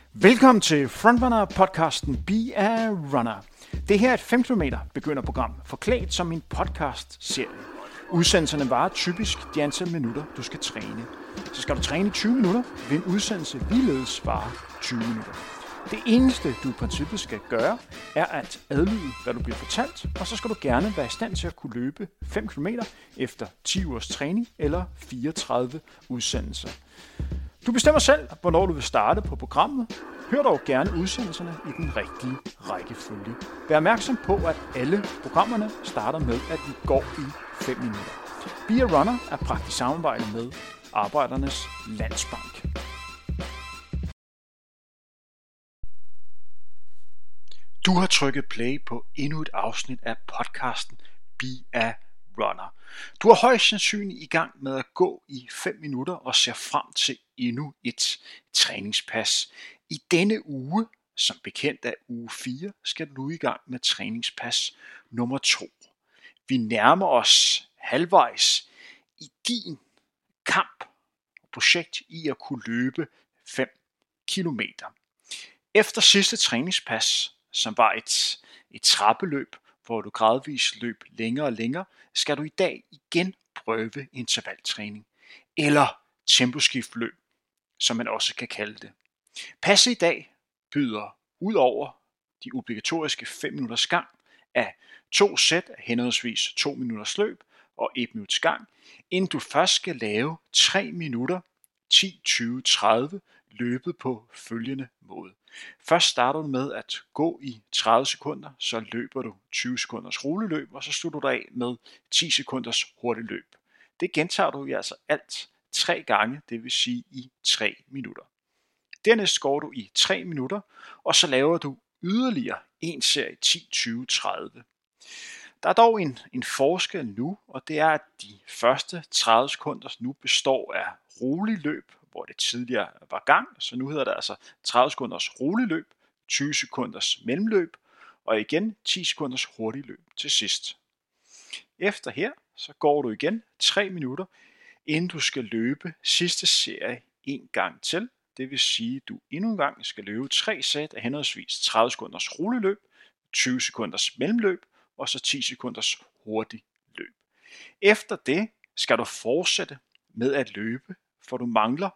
Velkommen til Frontrunner-podcasten Be a Runner. Det her er et 5 km begynderprogram, forklædt som en podcast-serie. Udsendelserne varer typisk de antal minutter, du skal træne. Så skal du træne i 20 minutter, vil en udsendelse ligeledes vare 20 minutter. Det eneste, du i princippet skal gøre, er at adlyde, hvad du bliver fortalt, og så skal du gerne være i stand til at kunne løbe 5 km efter 10 ugers træning eller 34 udsendelser. Du bestemmer selv, hvornår du vil starte på programmet. Hør dog gerne udsendelserne i den rigtige rækkefølge. Vær opmærksom på, at alle programmerne starter med, at vi går i 5 minutter. Be a Runner er praktisk samarbejde med Arbejdernes Landsbank. Du har trykket play på endnu et afsnit af podcasten Be a Runner. Du er højst sandsynligt i gang med at gå i 5 minutter og ser frem til endnu et træningspas. I denne uge, som bekendt af uge 4, skal du nu i gang med træningspas nummer 2. Vi nærmer os halvvejs i din kamp og projekt i at kunne løbe 5 kilometer. Efter sidste træningspas, som var et trappeløb, hvor du gradvist løb længere og længere, skal du i dag igen prøve intervaltræning, eller temposkiftløb, som man også kan kalde det. Passet i dag byder ud over de obligatoriske 5 minutters gang af 2 sæt af henholdsvis 2 minutters løb og 1 minuts gang, inden du først skal lave 3 minutter 10, 20, 30 løbet på følgende måde. Først starter du med at gå i 30 sekunder, så løber du 20 sekunders rolig og så slutter du af med 10 sekunders hurtigt løb. Det gentager du altså alt 3 gange, det vil sige i 3 minutter. Dernæst går du i 3 minutter, og så laver du yderligere en serie 10, 20, 30. Der er dog en forskel nu, og det er, at de første 30 sekunder nu består af rolig løb, hvor det tidligere var gang, så nu hedder det altså 30 sekunders rolig løb, 20 sekunders mellemløb, og igen 10 sekunders hurtig løb til sidst. Efter her, så går du igen 3 minutter, inden du skal løbe sidste serie en gang til. Det vil sige, at du endnu en gang skal løbe 3 sæt af henholdsvis 30 sekunders rolig løb, 20 sekunders mellemløb, og så 10 sekunders hurtig løb. Efter det skal du fortsætte med at løbe, for du mangler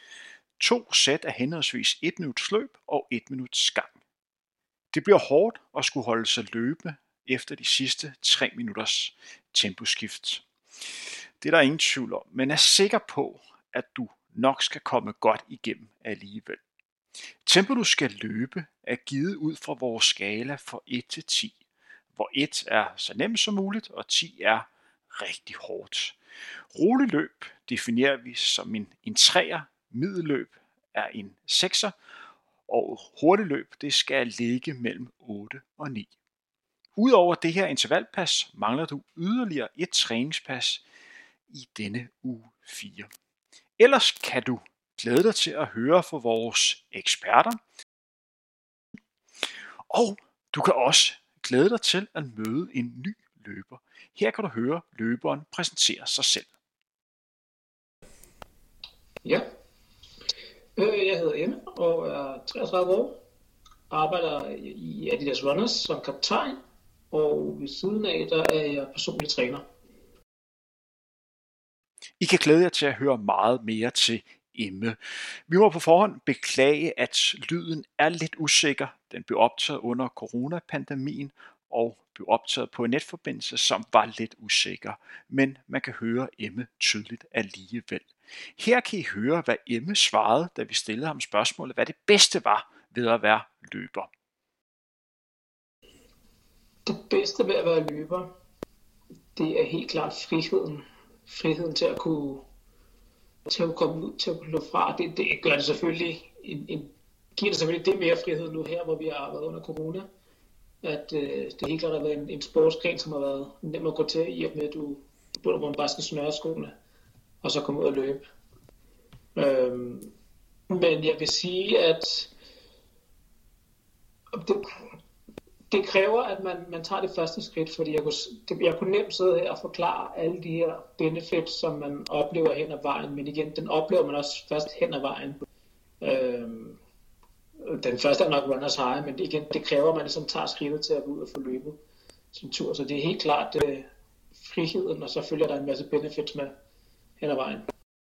2 sæt af henholdsvis 1 minuts løb og 1 minuts gang. Det bliver hårdt at skulle holde sig løbende efter de sidste 3 minutters temposkift. Det er der ingen tvivl om, men er sikker på, at du nok skal komme godt igennem alligevel. Tempo du skal løbe er givet ud fra vores skala fra 1 til 10, hvor 1 er så nemt som muligt, og 10 er rigtig hårdt. Rolig løb definerer vi som en 3'er, middelløb er en 6'er, og hurtigt løb det skal ligge mellem 8 og 9. Udover det her intervalpas mangler du yderligere et træningspas i denne uge 4. Ellers kan du glæde dig til at høre fra vores eksperter, og du kan også glæde dig til at møde en ny løber. Her kan du høre løberen præsentere sig selv. Ja, jeg hedder Emma og er 33 år. Arbejder i Adidas Runners som kaptajn, og ved siden af der er jeg personlig træner. I kan glæde jer til at høre meget mere til Emme. Vi må på forhånd beklage, at lyden er lidt usikker. Den blev optaget under coronapandemien og blev optaget på en netforbindelse, som var lidt usikker. Men man kan høre Emme tydeligt alligevel. Her kan I høre, hvad Emme svarede, da vi stillede ham spørgsmålet, hvad det bedste var ved at være løber. Det bedste ved at være løber, det er helt klart friheden. Friheden til at kunne komme ud, til at kunne nå fra. Det gør det selvfølgelig, giver det selvfølgelig det mere frihed nu her, hvor vi har været under corona. At det helt klart har været en sportsgren, som har været nem at gå til, i og med at du burde, hvor man bare skal snøre skoene, og så komme ud og løbe. Men jeg vil sige, at det kræver, at man tager det første skridt, fordi jeg kunne nemt sidde her og forklare alle de her benefits, som man oplever hen ad vejen, men igen, den oplever man også først hen ad vejen. Den første er nok runners high, men igen, det kræver, at man ligesom tager skridtet til at gå ud og få løbet sin tur. Så det er helt klart friheden, og så følger der en masse benefits med hen ad vejen.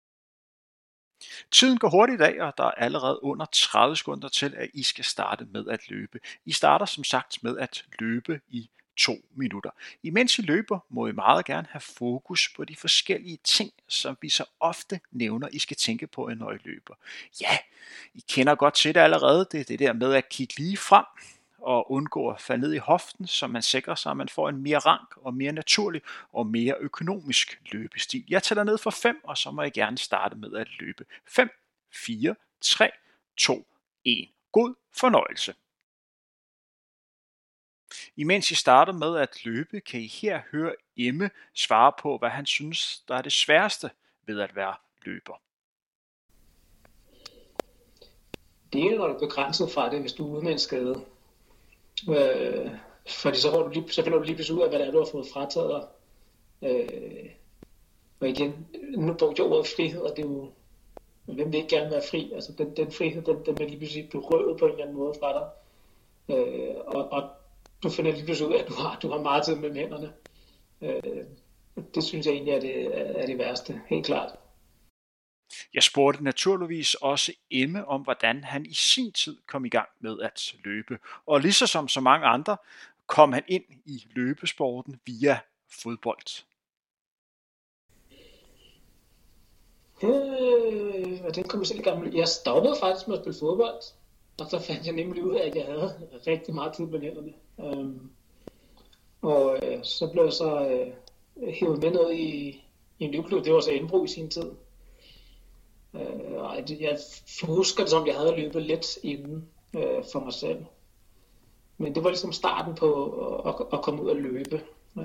Tiden går hurtigt i dag, og der er allerede under 30 sekunder til, at I skal starte med at løbe. I starter som sagt med at løbe i 2 minutter. Imens I løber, må I meget gerne have fokus på de forskellige ting, som vi så ofte nævner, I skal tænke på, når I løber. Ja, I kender godt til det allerede, det er det der med at kigge lige frem og undgå at falde ned i hoften, så man sikrer sig, at man får en mere rank og mere naturlig og mere økonomisk løbestil. Jeg tæller ned fra 5, og så må I gerne starte med at løbe. 5, 4, 3, 2, 1. God fornøjelse. Imens I starter med at løbe, kan I her høre Emme svare på, hvad han synes, der er det sværeste ved at være løber. Det er, når du er begrænset fra det, hvis du er ude med en skade. Fordi så finder du lige pludselig ud af, hvad det er, du har fået frataget dig. Og igen, nu brugte jeg ordet frihed, og det er jo, hvem vil ikke gerne være fri? Altså den frihed, den vil lige pludselig blive røvet på en eller anden måde fra dig. Og du finder lige pludselig ud af, at du har meget tid mellem hænderne. Det synes jeg egentlig er det værste, helt klart. Jeg spurgte naturligvis også Emme om, hvordan han i sin tid kom i gang med at løbe. Og lige som så mange andre, kom han ind i løbesporten via fodbold. Og den kom selv i gang med. Jeg stoppede faktisk med at spille fodbold. Og så fandt jeg nemlig ud af, at jeg havde rigtig meget tid på hænderne. Så blev jeg så hævet med ned i en løbeklub. Det var så Indbro i sin tid. Jeg husker det som, jeg havde løbet lidt inden for mig selv. Men det var ligesom starten på at komme ud og løbe.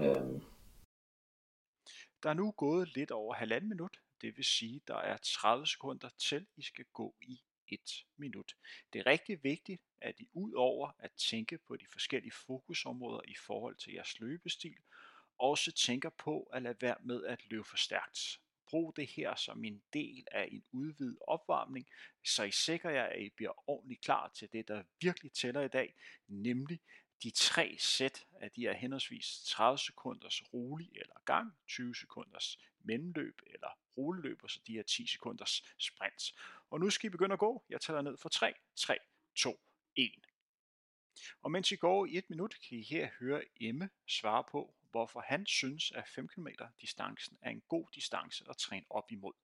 Der er nu gået lidt over 1,5 minut. Det vil sige, der er 30 sekunder til, I skal gå i 1 minut. Det er rigtig vigtigt, at I ud over at tænke på de forskellige fokusområder i forhold til jeres løbestil, også tænker på at lade være med at løbe for stærkt. Brug det her som en del af en udvidet opvarmning, så I sikrer jer, at I bliver ordentligt klar til det, der virkelig tæller i dag, nemlig de 3 sæt af de her henholdsvis 30 sekunders rolig eller gang, 20 sekunders mellemløb eller rolleløb, og så de her 10 sekunders sprints. Og nu skal I begynde at gå. Jeg tæller ned for 3, 3, 2, 1. Og mens I går i 1 minut, kan I her høre Emme svare på, hvorfor han synes, at 5 km distancen er en god distance at træne op imod.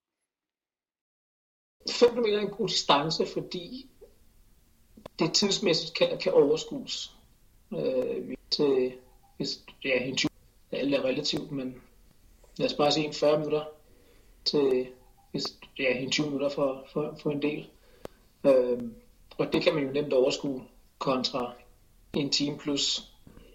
5 km er en god distance, fordi det tidsmæssigt kan overskues. En 20, alt er relativt, men lad os bare sige en 40 minutter til en 20 minutter for en del. Og det kan man jo nemt overskue kontra en time plus.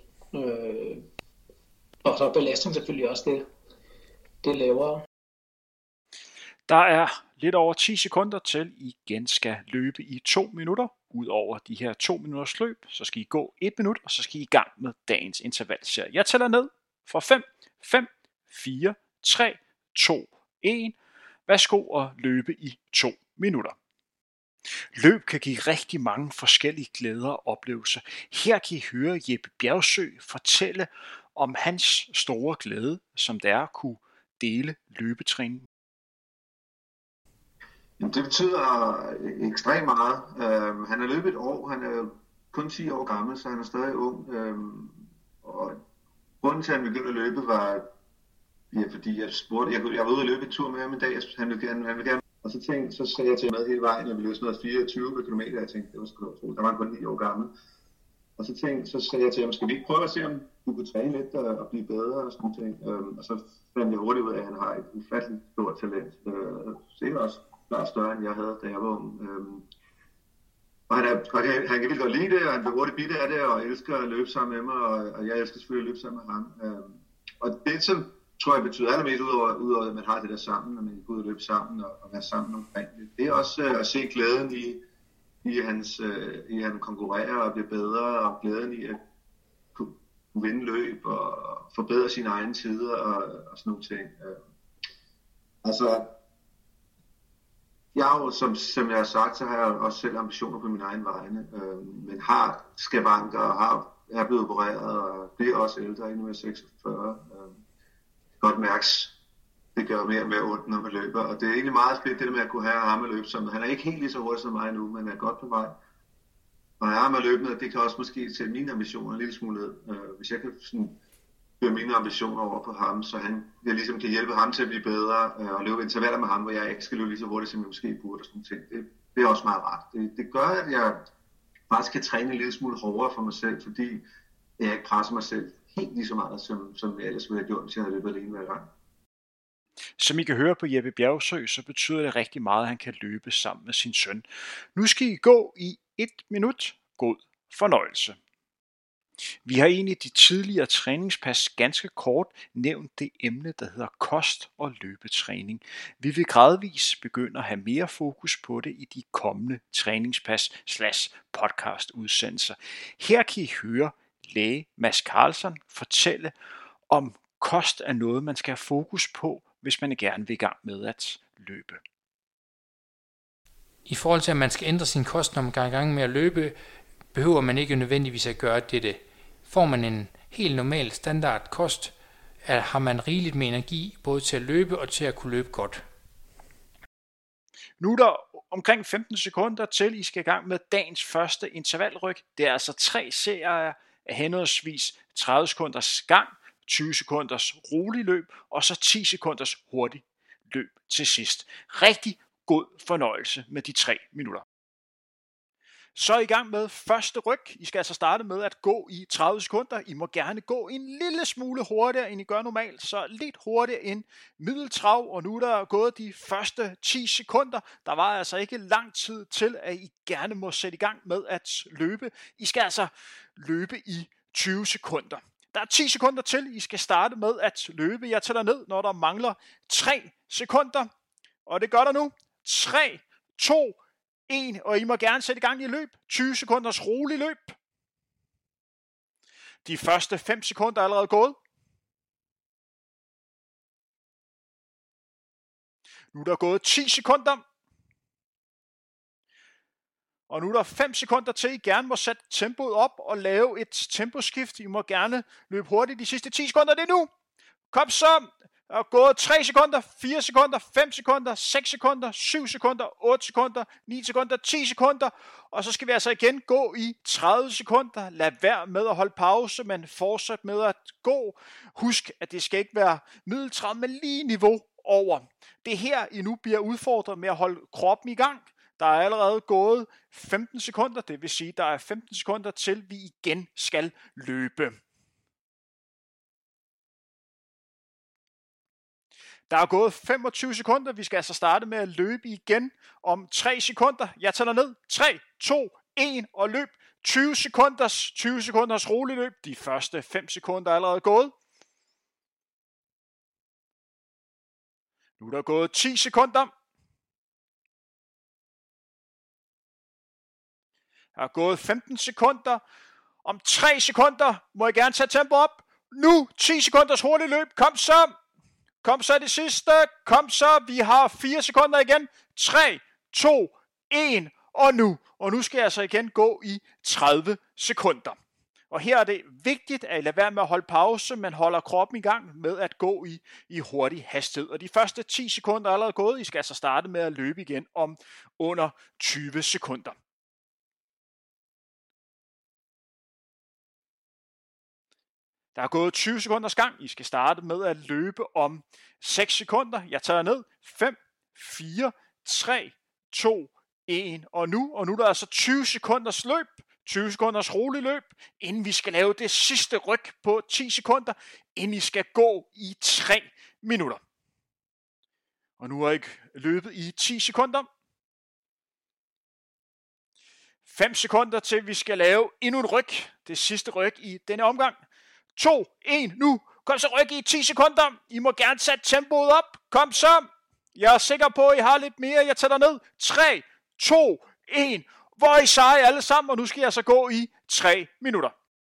Og så er belastningen selvfølgelig også det lavere. Der er lidt over 10 sekunder til I igen skal løbe i 2 minutter. Udover de her 2 minutters løb, så skal I gå 1 minut, og så skal I i gang med dagens intervalserie. Jeg tæller ned for 5, 5, 4, 3, 2, 1. Værsgo at løbe i 2 minutter. Løb kan give rigtig mange forskellige glæder og oplevelser. Her kan I høre Jeppe Bjergsø fortælle om hans store glæde, som det er at kunne dele løbetræning. Det betyder ekstremt meget. Han har løbet et år, han er kun 10 år gammel, så han er stadig ung. Og grunden til, at han begyndte at løbe, var, fordi jeg spurgte, jeg var ude og løbe en tur med ham en dag, han vil gerne. Og så sagde jeg til ham med hele vejen, og vi løb sådan noget 24 km, jeg tænkte, det var sgu da utroligt, der var han kun 9 år gammel. Og så sagde jeg til ham, skal vi ikke prøve at se, om du kunne træne lidt og blive bedre og sådan ting. Og så fandt jeg hurtigt ud af, at han har et ufatteligt stort talent. Sikkert også klart større, end jeg havde, da jeg var ung. Og han kan virkelig godt lide det, og han bliver hurtigt bidt af det, og elsker at løbe sammen med mig, og jeg elsker selvfølgelig at løbe sammen med ham. Og det, som tror jeg betyder allermest, udover at man har det der sammen, og man kan gå ud og løbe sammen og være sammen omkring det, det er også at se glæden i han konkurrerer og bliver bedre, og glæden i at kunne vinde løb og forbedre sine egne tider og sådan nogle ting. Altså, Jeg har jo, som jeg har sagt, så har jeg også selv ambitioner på min egen vegne, men har skavanker og er blevet opereret og bliver også ældre, nu er jeg 46. Godt mærkes, det gør mere og mere ondt, når man løber, og det er egentlig meget fedt, det der med at kunne have ham at løbe som. Han er ikke helt lige så hurtig som mig nu, men er godt på vej. Og jeg har ham at løbe med, det kan også måske sætte mine ambitioner en lille smule ned. Hvis jeg kan sådan føre mine ambitioner over på ham, så jeg ligesom kan hjælpe ham til at blive bedre, og løbe intervaller med ham, hvor jeg ikke skal løbe lige så hurtigt, som jeg måske burde, og sådan ting. Det er også meget rart. Det gør, at jeg faktisk kan træne en lille smule hårdere for mig selv, fordi jeg ikke presser mig selv helt lige så meget, som jeg ellers ville have gjort, hvis jeg havde løbet alene hver gang. Som I kan høre på Jeppe Bjergsø, så betyder det rigtig meget, at han kan løbe sammen med sin søn. Nu skal I gå i 1 minut. God fornøjelse. Vi har egentlig de tidligere træningspas ganske kort nævnt det emne, der hedder kost og løbetræning. Vi vil gradvist begynde at have mere fokus på det i de kommende træningspas/podcast udsendelser. Her kan I høre læge Mads Carlson fortælle om kost er noget, man skal have fokus på, hvis man gerne vil i gang med at løbe. I forhold til, at man skal ændre sin kost, når man går i gang med at løbe, behøver man ikke nødvendigvis at gøre dette. Får man en helt normal standard kost, har man rigeligt med energi både til at løbe og til at kunne løbe godt. Nu er der omkring 15 sekunder til, I skal i gang med dagens første intervalryg. Det er altså 3 serier af henholdsvis 30 sekunders gang, 20 sekunders rolig løb og så 10 sekunders hurtig løb til sidst. Rigtig god fornøjelse med de 3 minutter. Så er I i gang med første ryg. I skal altså starte med at gå i 30 sekunder. I må gerne gå en lille smule hurtigere, end I gør normalt, så lidt hurtigere end middeltrav. Og nu er der gået de første 10 sekunder. Der var altså ikke lang tid til, at I gerne må sætte i gang med at løbe. I skal altså løbe i 20 sekunder. Der er 10 sekunder til, I skal starte med at løbe. Jeg tæller ned, når der mangler 3 sekunder. Og det gør der nu. 3, 2, 1, og I må gerne sætte i gang i løb. 20 sekunders rolig løb. De første 5 sekunder er allerede gået. Nu er der gået 10 sekunder. Og nu er der 5 sekunder til, I gerne må sætte tempoet op og lave et temposkift. I må gerne løbe hurtigt de sidste 10 sekunder. Det er nu. Kom så. Der er gået 3 sekunder, 4 sekunder, 5 sekunder, 6 sekunder, 7 sekunder, 8 sekunder, 9 sekunder, 10 sekunder. Og så skal vi altså igen gå i 30 sekunder. Lad være med at holde pause, men fortsæt med at gå. Husk, at det skal ikke være middeltrav, men lige niveau over. Det er her, I nu bliver udfordret med at holde kroppen i gang. Der er allerede gået 15 sekunder, det vil sige, der er 15 sekunder til, vi igen skal løbe. Der er gået 25 sekunder. Vi skal altså starte med at løbe igen om 3 sekunder. Jeg tæller ned. 3, 2, 1 og løb. 20 sekunders rolig løb. De første 5 sekunder er allerede gået. Nu er der gået 10 sekunder. Der er gået 15 sekunder. Om 3 sekunder må jeg gerne tage tempo op. Nu 10 sekunders hurtig løb. Kom så. Kom så det sidste. Kom så. Vi har 4 sekunder igen. 3, 2, 1 og nu. Og nu skal jeg altså igen gå i 30 sekunder. Og her er det vigtigt, at I lader være med at holde pause, men holder kroppen i gang med at gå i hurtig hastighed. Og de første 10 sekunder er allerede gået. I skal altså starte med at løbe igen om under 20 sekunder. Der er gået 20 sekunders gang. I skal starte med at løbe om 6 sekunder. Jeg tager ned. 5, 4, 3, 2, 1 og nu. Og nu er der altså 20 sekunders løb. 20 sekunders rolig løb, inden vi skal lave det sidste ryg på 10 sekunder, inden I skal gå i 3 minutter. Og nu har I løbet i 10 sekunder. 5 sekunder til vi skal lave endnu en ryg. Det sidste ryg i denne omgang. 2, 1, nu. Kom så ryg i 10 sekunder. I må gerne sætte tempoet op. Kom så. Jeg er sikker på, at I har lidt mere. Jeg tæller ned. 3, 2, 1. Hvor I seje alle sammen, og nu skal jeg så gå i 3 minutter.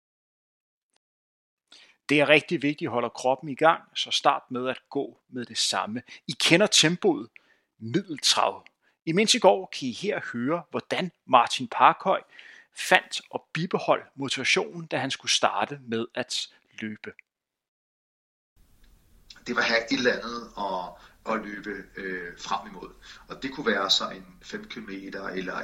Det er rigtig vigtigt at holde kroppen i gang, så start med at gå med det samme. I kender tempoet. Middeltrav. Imens i går kan I her høre, hvordan Martin Parkhøi fandt og bibeholdt motivationen, da han skulle starte med at løbe. Det var at have et eller andet at løbe frem imod. Og det kunne være så en 5 km eller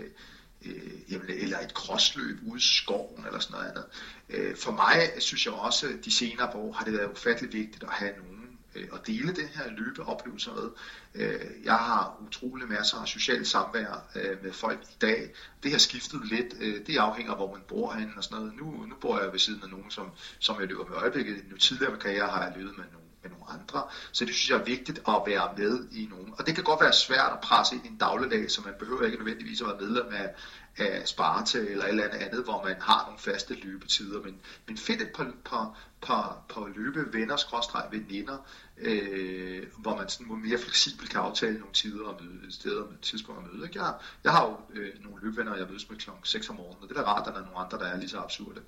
et crossløb ude i skoven eller sådan noget andet. For mig synes jeg også, de senere år har det været ufatteligt vigtigt at have nogen at dele den her løbeoplevelse med. Jeg har utrolig masser af socialt samvær med folk i dag. Det har skiftet lidt. Det afhænger af, hvor man bor henne og sådan noget. Nu bor jeg ved siden af nogen, som jeg løber med øjeblikket. Nu tidligere med karriere har jeg løbet med nogle andre. Så det synes jeg er vigtigt at være med i nogen. Og det kan godt være svært at presse ind i en dagligdag, så man behøver ikke nødvendigvis at være medlem af Sparta eller et eller andet, hvor man har nogle faste løbetider. Men find et par løbevenner/veninder, hvor man sådan mere fleksibelt kan aftale nogle tider og steder og tidspunkter at møde. Ikke? Jeg har jo nogle løbevenner, jeg mødes med kl. 6 om morgenen, og det er da rart, at der er nogle andre, der er lige så absurde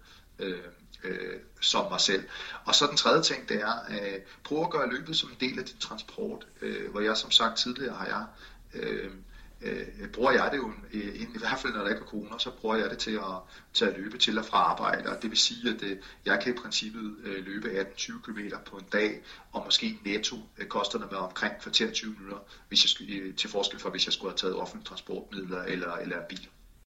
som mig selv. Og så den tredje ting, det er, prøv at gøre løbet som en del af din transport, hvor jeg som sagt tidligere har bruger jeg det jo, i hvert fald når der ikke er corona, så bruger jeg det til at løbe til og fra arbejde, og det vil sige, at jeg kan i princippet løbe 18-20 km på en dag, og måske netto koster det mig omkring kvarter 20 minutter, til forskel fra hvis jeg skulle have taget offentlige transportmidler eller bil.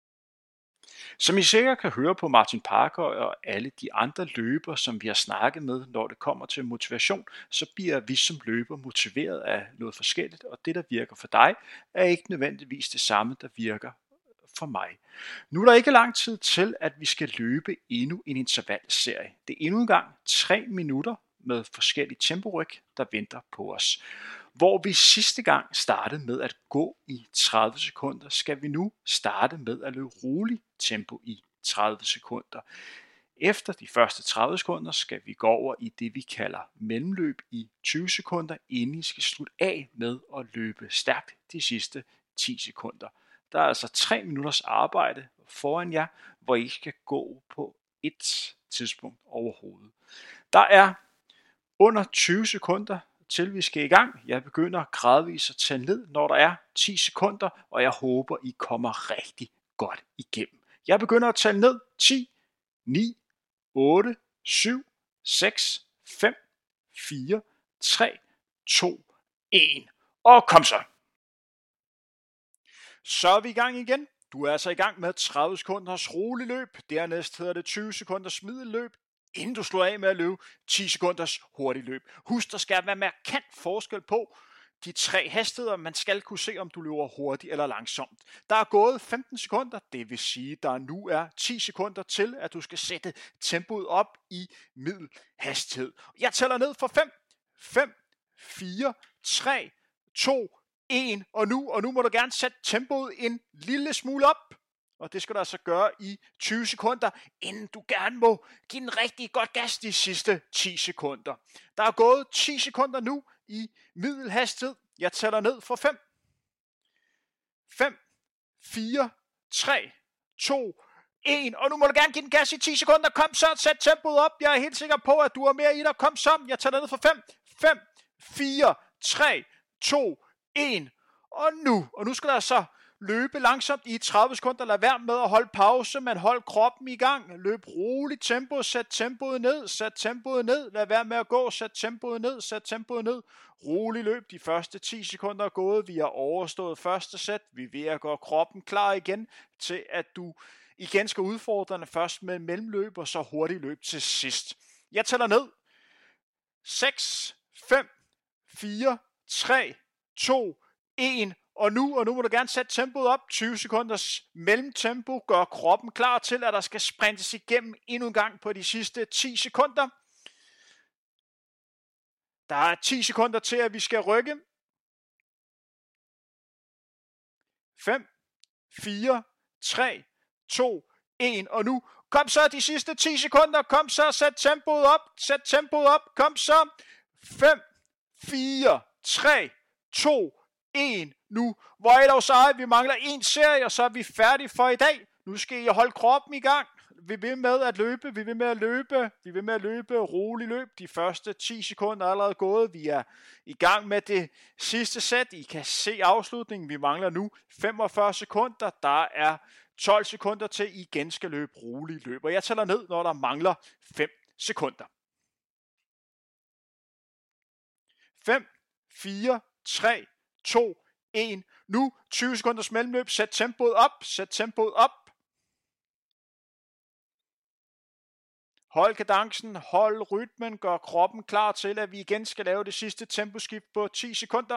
Som I sikkert kan høre på Martin Parkhøi og alle de andre løbere, som vi har snakket med, når det kommer til motivation, så bliver vi som løber motiveret af noget forskelligt, og det, der virker for dig, er ikke nødvendigvis det samme, der virker for mig. Nu er der ikke lang tid til, at vi skal løbe endnu en intervalserie. Det er endnu en gang 3 minutter med forskellige temporyg, der venter på os. Hvor vi sidste gang startede med at gå i 30 sekunder, skal vi nu starte med at løbe roligt tempo i 30 sekunder. Efter de første 30 sekunder skal vi gå over i det, vi kalder mellemløb i 20 sekunder, inden I skal slutte af med at løbe stærkt de sidste 10 sekunder. Der er altså 3 minutters arbejde foran jer, hvor I skal gå på et tidspunkt overhovedet. Der er under 20 sekunder til vi skal i gang. Jeg begynder gradvist at tælle ned, når der er 10 sekunder, og jeg håber, I kommer rigtig godt igennem. Jeg begynder at tælle ned. 10, 9, 8, 7, 6, 5, 4, 3, 2, 1. Og kom så. Så er vi i gang igen. Du er altså i gang med 30 sekunders rolig løb. Dernæst hedder det 20 sekunders middelløb, inden du slår af med at løbe 10 sekunders hurtig løb. Husk, der skal være markant forskel på de 3 hastigheder. Man skal kunne se, om du løber hurtigt eller langsomt. Der er gået 15 sekunder, det vil sige, der nu er 10 sekunder til, at du skal sætte tempoet op i middelhastighed. Jeg tæller ned for 5, 5, 4, 3, 2, 1, og nu må du gerne sætte tempoet en lille smule op. Og det skal du altså gøre i 20 sekunder, inden du gerne må give den rigtig godt gas de sidste 10 sekunder. Der er gået 10 sekunder nu i middelhastighed. Jeg tæller ned for 5. 5, 4, 3, 2, 1. Og nu må du gerne give den gas i 10 sekunder. Kom så, sæt tempoet op. Jeg er helt sikker på, at du er mere i dig. Kom så, jeg tæller ned for 5. 5, 4, 3, 2, 1. Og nu skal der så løbe langsomt i 30 sekunder. Lad være med at holde pause, men hold kroppen i gang. Løb roligt tempo, sæt tempoet ned, sæt tempoet ned. Lad være med at gå, sæt tempoet ned, sæt tempoet ned. Rolig løb, de første 10 sekunder er gået. Vi har overstået første sæt. Vi er ved at gøre kroppen klar igen til, at du igen skal udfordre den først med mellemløb og så hurtigt løb til sidst. Jeg tæller ned. 6, 5, 4, 3, 2, 1. Og nu må du gerne sætte tempoet op. 20 sekunders mellemtempo. Gør kroppen klar til, at der skal sprintes igennem endnu en gang på de sidste 10 sekunder. Der er 10 sekunder til, at vi skal rykke. 5, 4, 3, 2, 1. Og nu, kom så de sidste 10 sekunder. Kom så, sæt tempoet op. Sæt tempoet op. Kom så. 5, 4, 3, 2, 1. Nu, hvor er det så, vi mangler en serie, og så er vi færdige for i dag. Nu skal I holde kroppen i gang. Vi vil med at løbe. Rolig løb. De første 10 sekunder er allerede gået. Vi er i gang med det sidste sæt. I kan se afslutningen. Vi mangler nu 45 sekunder. Der er 12 sekunder til I igen skal løbe rolig løb. Og jeg tæller ned, når der mangler 5 sekunder. 5, 4, 3, 2, 1. Nu 20 sekunders mellemløb. Sæt tempoet op. Hold kadencen, hold rytmen, gør kroppen klar til, at vi igen skal lave det sidste temposkift på 10 sekunder.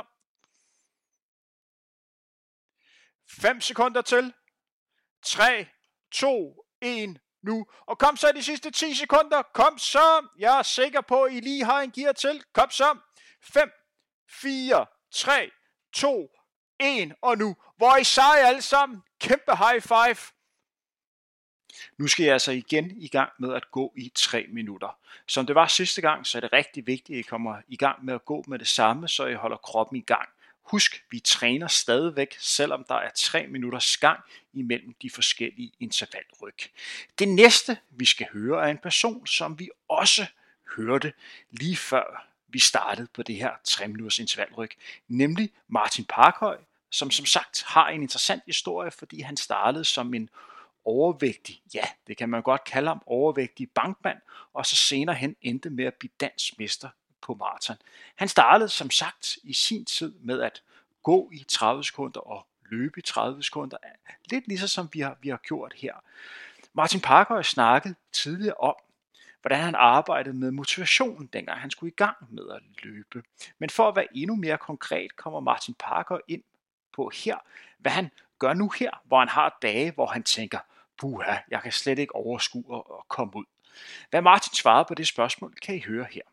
5 sekunder til. 3, 2, 1, nu. Og kom så de sidste 10 sekunder. Kom så. Jeg er sikker på, at I lige har en gear til. Kom så. 5, 4, 3, 2, 1, og nu. Hvor er I seje alle sammen. Kæmpe high five. Nu skal jeg altså igen i gang med at gå i 3 minutter. Som det var sidste gang, så er det rigtig vigtigt, at I kommer i gang med at gå med det samme, så I holder kroppen i gang. Husk, vi træner stadigvæk, selvom der er 3 minutters gang imellem de forskellige intervalryg. Det næste, vi skal høre, er en person, som vi også hørte lige før vi startede på det her 3 minutters intervalryg, nemlig Martin Parkhøi, som sagt har en interessant historie, fordi han startede som en overvægtig, ja, det kan man godt kalde ham, overvægtig bankmand, og så senere hen endte med at blive dansk mester på maraton. Han startede som sagt i sin tid med at gå i 30 sekunder og løbe i 30 sekunder, lidt ligesom som vi har gjort her. Martin Parkhøi snakkede tidligere om, hvordan han arbejdede med motivationen, dengang han skulle i gang med at løbe. Men for at være endnu mere konkret, kommer Martin Parkhøi ind på her, hvad han gør nu her, hvor han har dage, hvor han tænker, puha, jeg kan slet ikke overskue at komme ud. Hvad Martin svarede på det spørgsmål, kan I høre her.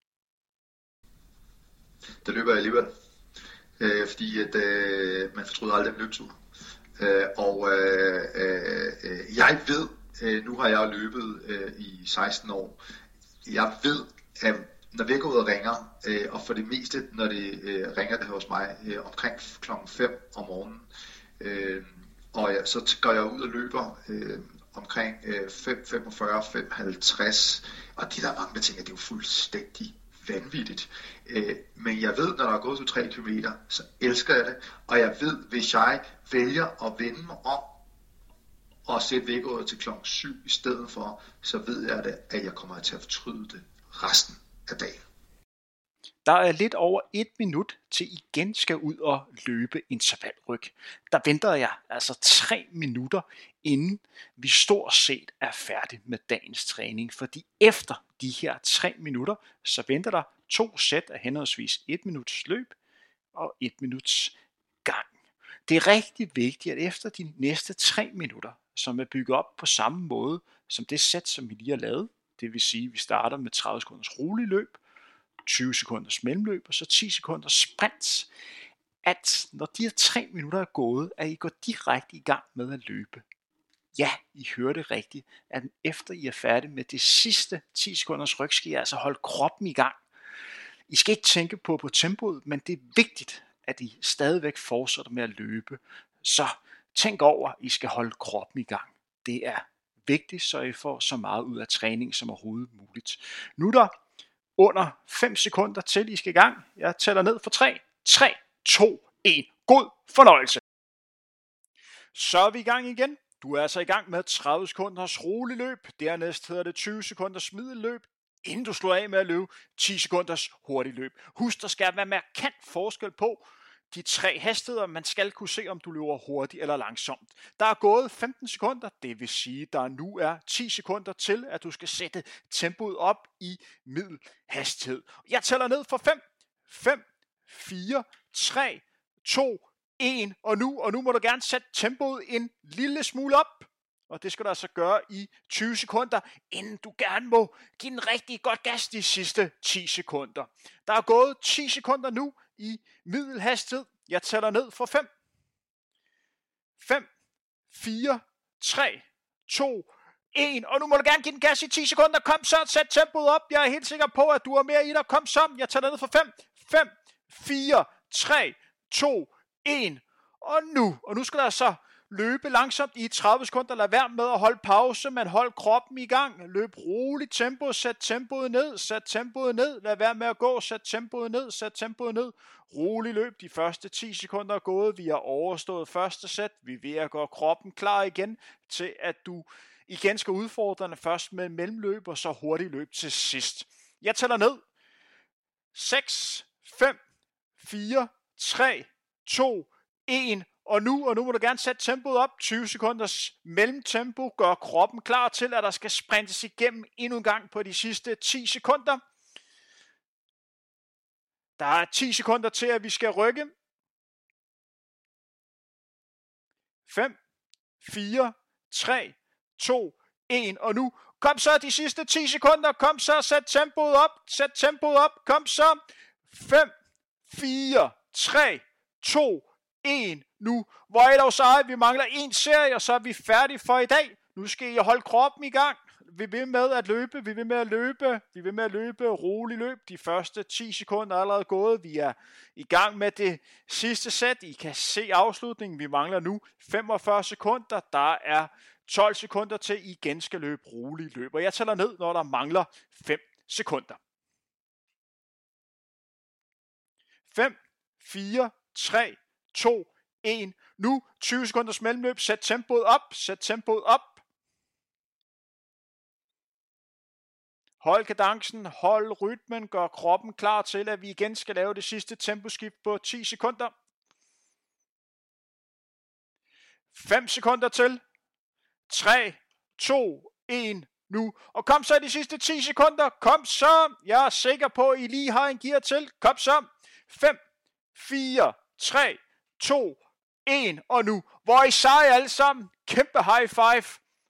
Der løber jeg alligevel, fordi at, man fortryder aldrig en løbetur. Jeg ved, nu har jeg løbet i 16 år, jeg ved, at når vi går ud og ringer, og for det meste, når det ringer det hos mig omkring klokken 5 om morgenen, så går jeg ud og løber omkring 5:45, 5:50, og de der mange, der tænker, det er jo fuldstændig vanvittigt. Men jeg ved, når der er gået til 3 kilometer, så elsker jeg det, og jeg ved, hvis jeg vælger at vende mig om og sætte vækkeuret til klokken 7 i stedet for, så ved jeg det, at jeg kommer til at fortryde det resten af dagen. Der er lidt over 1 minut, til I igen skal ud og løbe intervalryg. Der venter jeg altså 3 minutter, inden vi stort set er færdige med dagens træning. Fordi efter de her 3 minutter, så venter der 2 sæt af henholdsvis 1 minuts løb og 1 minuts gang. Det er rigtig vigtigt, at efter de næste 3 minutter, som er bygget op på samme måde som det sæt, som vi lige har lavet, det vil sige, at vi starter med 30 sekunders rolig løb, 20 sekunders mellemløb og så 10 sekunders sprint, at når de her 3 minutter er gået, at I går direkte i gang med at løbe. Ja, I hører det rigtigt, at efter I er færdige med det sidste 10 sekunders ryg, skal I altså holde kroppen i gang. I skal ikke tænke på tempoet, men det er vigtigt, at I stadigvæk fortsætter med at løbe. Så tænk over, at I skal holde kroppen i gang. Det er vigtigt, så I får så meget ud af træning som overhovedet muligt. Nu er der under 5 sekunder til I skal i gang. Jeg tæller ned for 3. 3, 2, 1. God fornøjelse. Så er vi i gang igen. Du er altså i gang med 30 sekunders rolig løb. Dernæst hedder det 20 sekunders middelløb. Inden du slår af med at løbe 10 sekunders hurtig løb. Husk, der skal være markant forskel på de 3 hastigheder. Man skal kunne se, om du løber hurtigt eller langsomt. Der er gået 15 sekunder, det vil sige, der nu er 10 sekunder til, at du skal sætte tempoet op i middelhastighed. Jeg tæller ned for 5, 5, 4, 3, 2, 1, og nu må du gerne sætte tempoet en lille smule op. Og det skal du altså gøre i 20 sekunder, inden du gerne må give den rigtig godt gas de sidste 10 sekunder. Der er gået 10 sekunder nu i middelhastighed. Jeg tæller ned for 5. 5, 4, 3, 2, 1. Og nu må du gerne give den gas i 10 sekunder. Kom så, sæt tempoet op. Jeg er helt sikker på, at du er mere i dig. Kom så, jeg tæller ned for 5. 5, 4, 3, 2, 1. Og nu skal der så løbe langsomt i 30 sekunder. Lad være med at holde pause, men hold kroppen i gang. Løb roligt tempo, sæt tempoet ned, sæt tempoet ned. Lad være med at gå, sæt tempoet ned, sæt tempoet ned. Rolig løb, de første 10 sekunder er gået. Vi har overstået første sæt. Vi er ved at gøre kroppen klar igen til, at du igen skal udfordre den først med mellemløb og så hurtigt løb til sidst. Jeg tæller ned. 6, 5, 4, 3, 2, 1. Og nu må du gerne sætte tempoet op. 20 sekunders mellemtempo. Gør kroppen klar til, at der skal sprintes igennem endnu en gang på de sidste 10 sekunder. Der er 10 sekunder til, at vi skal rykke. 5, 4, 3, 2, 1. Og nu, kom så de sidste 10 sekunder. Kom så, sæt tempoet op. Sæt tempoet op. Kom så. 5, 4, 3, 2, 1. Nu, hvor er dog sejt. Vi mangler en serie, og så er vi færdige for i dag. Nu skal I holde kroppen i gang. Vi vil med at løbe, vi vil med at løbe, rolig løb. De første 10 sekunder er allerede gået. Vi er i gang med det sidste sæt. I kan se afslutningen. Vi mangler nu 45 sekunder. Der er 12 sekunder til, I igen skal løbe rolig løb. Og jeg tæller ned, når der mangler 5 sekunder. 5, 4, 3, 2, 1. Nu 20 sekunders mellemløb. Sæt tempoet op. Sæt tempoet op. Hold kadencen, hold rytmen, gør kroppen klar til, at vi igen skal lave det sidste temposkift på 10 sekunder. 5 sekunder til. 3, 2, 1, nu. Og kom så de sidste 10 sekunder. Kom så. Jeg er sikker på, at I lige har en gear til. Kom så. 5, 4, 3, 2, 1. Og nu. Hvor er I seje alle sammen. Kæmpe high five.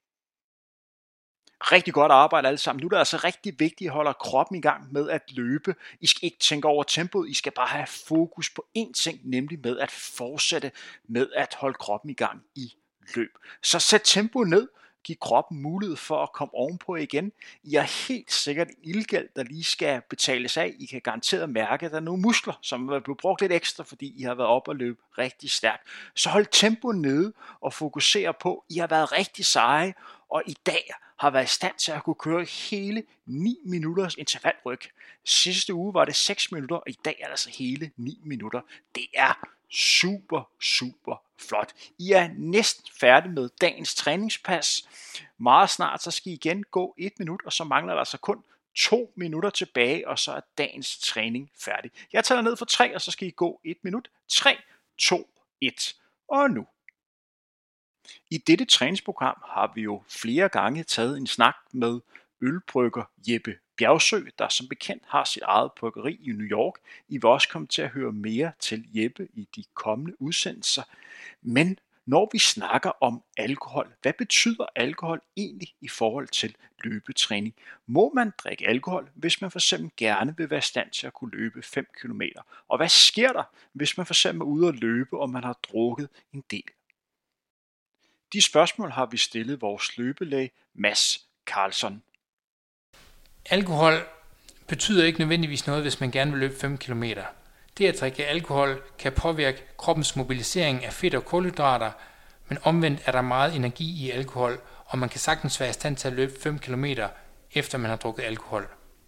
Rigtig godt arbejde alle sammen. Nu er det altså rigtig vigtigt at holde kroppen i gang med at løbe. I skal ikke tænke over tempoet. I skal bare have fokus på én ting, nemlig med at fortsætte med at holde kroppen i gang i løb. Så sæt tempoet ned. Giv kroppen mulighed for at komme ovenpå igen. I har helt sikkert en ildgæld, der lige skal betales af. I kan garanteret mærke, at der er nogle muskler, som er blevet brugt lidt ekstra, fordi I har været op og løbe rigtig stærkt. Så hold tempoet nede og fokuser på, at I har været rigtig seje, og i dag har været i stand til at kunne køre hele 9 minutters intervalryg. Sidste uge var det 6 minutter, og i dag er det altså hele 9 minutter. Det er super flot. I er næsten færdige med dagens træningspas. Meget snart så skal I igen gå 1 minut, og så mangler der altså kun 2 minutter tilbage, og så er dagens træning færdig. Jeg tæller ned for 3, og så skal I gå 1 minut. 3, 2, 1. Og nu. I dette træningsprogram har vi jo flere gange taget en snak med ølbrygger Jeppe Bjergsø, der som bekendt har sit eget bryggeri i New York. I vil også komme til at høre mere til Jeppe i de kommende udsendelser. Men når vi snakker om alkohol, hvad betyder alkohol egentlig i forhold til løbetræning? Må man drikke alkohol, hvis man for eksempel gerne vil være i stand til at kunne løbe 5 km? Og hvad sker der, hvis man for eksempel er ude at løbe, og man har drukket en del? De spørgsmål har vi stillet vores løbelæge Mads Carlsson. Alkohol betyder ikke nødvendigvis noget, hvis man gerne vil løbe 5 km. Det at drikke alkohol kan påvirke kroppens mobilisering af fedt og kulhydrater, men omvendt er der meget energi i alkohol, og man kan sagtens være i stand til at løbe 5 km efter man har drukket alkohol.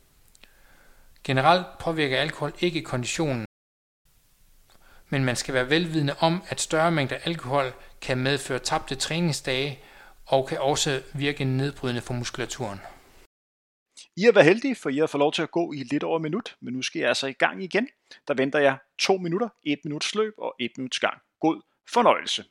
Generelt påvirker alkohol ikke konditionen, men man skal være velvidende om, at større mængder alkohol kan medføre tabte træningsdage og kan også virke nedbrydende for muskulaturen. I har været heldige, for I har fået lov til at gå i lidt over 1 minut, men nu skal jeg altså i gang igen. Der venter jeg 2 minutter, 1 minuts løb og 1 minuts gang. God fornøjelse.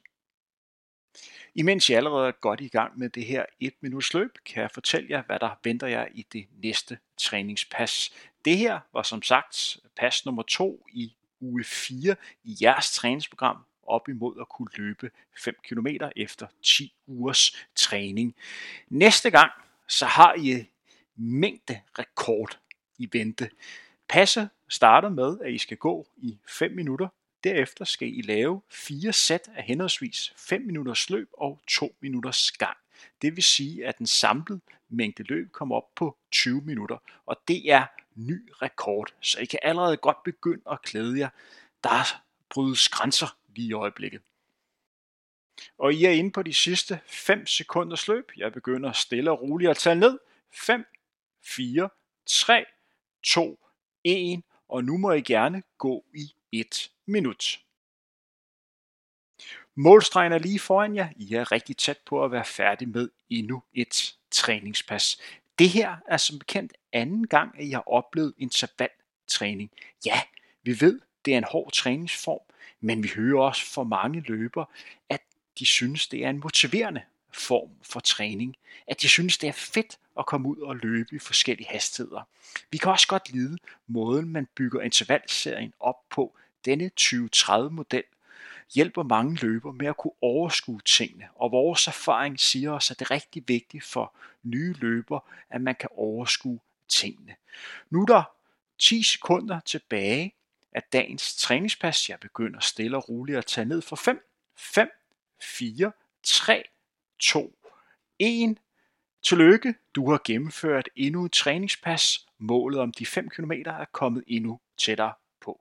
Imens jeg allerede er godt i gang med det her 1 minuts løb, kan jeg fortælle jer, hvad der venter jer i det næste træningspas. Det her var som sagt pas nummer 2 i uge 4 i jeres træningsprogram op imod at kunne løbe 5 km efter 10 ugers træning. Næste gang så har I mængde rekord i vente. Passet starter med, at I skal gå i 5 minutter. Derefter skal I lave 4 sæt af henholdsvis 5 minutters løb og 2 minutters gang. Det vil sige, at den samlede mængde løb kommer op på 20 minutter. Og det er ny rekord, så I kan allerede godt begynde at glæde jer. Der brydes grænser lige i øjeblikket. Og I er inde på de sidste 5 sekunders løb. Jeg begynder stille og roligt at tælle ned. 5, 4, 3, 2, 1. Og nu må I gerne gå i 1 minut. Målstregen er lige foran jer. I er rigtig tæt på at være færdig med endnu et træningspas. Det her er som bekendt anden gang, at I har oplevet intervaltræning. Ja, vi ved, det er en hård træningsform, men vi hører også fra mange løbere, at de synes, det er en motiverende form for træning. At de synes, det er fedt at komme ud og løbe i forskellige hastigheder. Vi kan også godt lide måden, man bygger intervalserien op på. Denne 2030-model hjælper mange løbere med at kunne overskue tingene, og vores erfaring siger os, at det er rigtig vigtigt for nye løbere, at man kan overskue tingene. Nu er der 10 sekunder tilbage af dagens træningspas. Jeg begynder stille og roligt at tage ned for 5, 4, 3, 2, 1. Tillykke, du har gennemført endnu et træningspas. Målet om de 5 km er kommet endnu tættere på.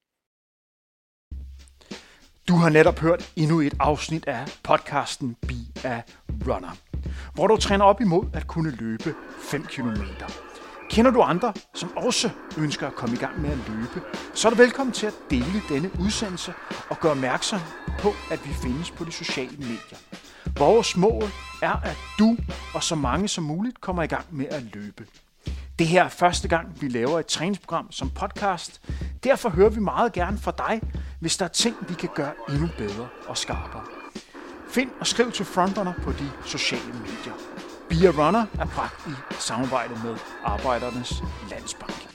Du har netop hørt endnu et afsnit af podcasten Be a Runner, hvor du træner op imod at kunne løbe 5 km. Kender du andre, som også ønsker at komme i gang med at løbe, så er du velkommen til at dele denne udsendelse og gøre opmærksom på, at vi findes på de sociale medier. Vores mål er, at du og så mange som muligt kommer i gang med at løbe. Det her er første gang, vi laver et træningsprogram som podcast. Derfor hører vi meget gerne fra dig, hvis der er ting, vi kan gøre endnu bedre og skarpere. Find og skriv til Frontrunner på de sociale medier. Be a Runner er bragt i samarbejde med Arbejdernes Landsbank.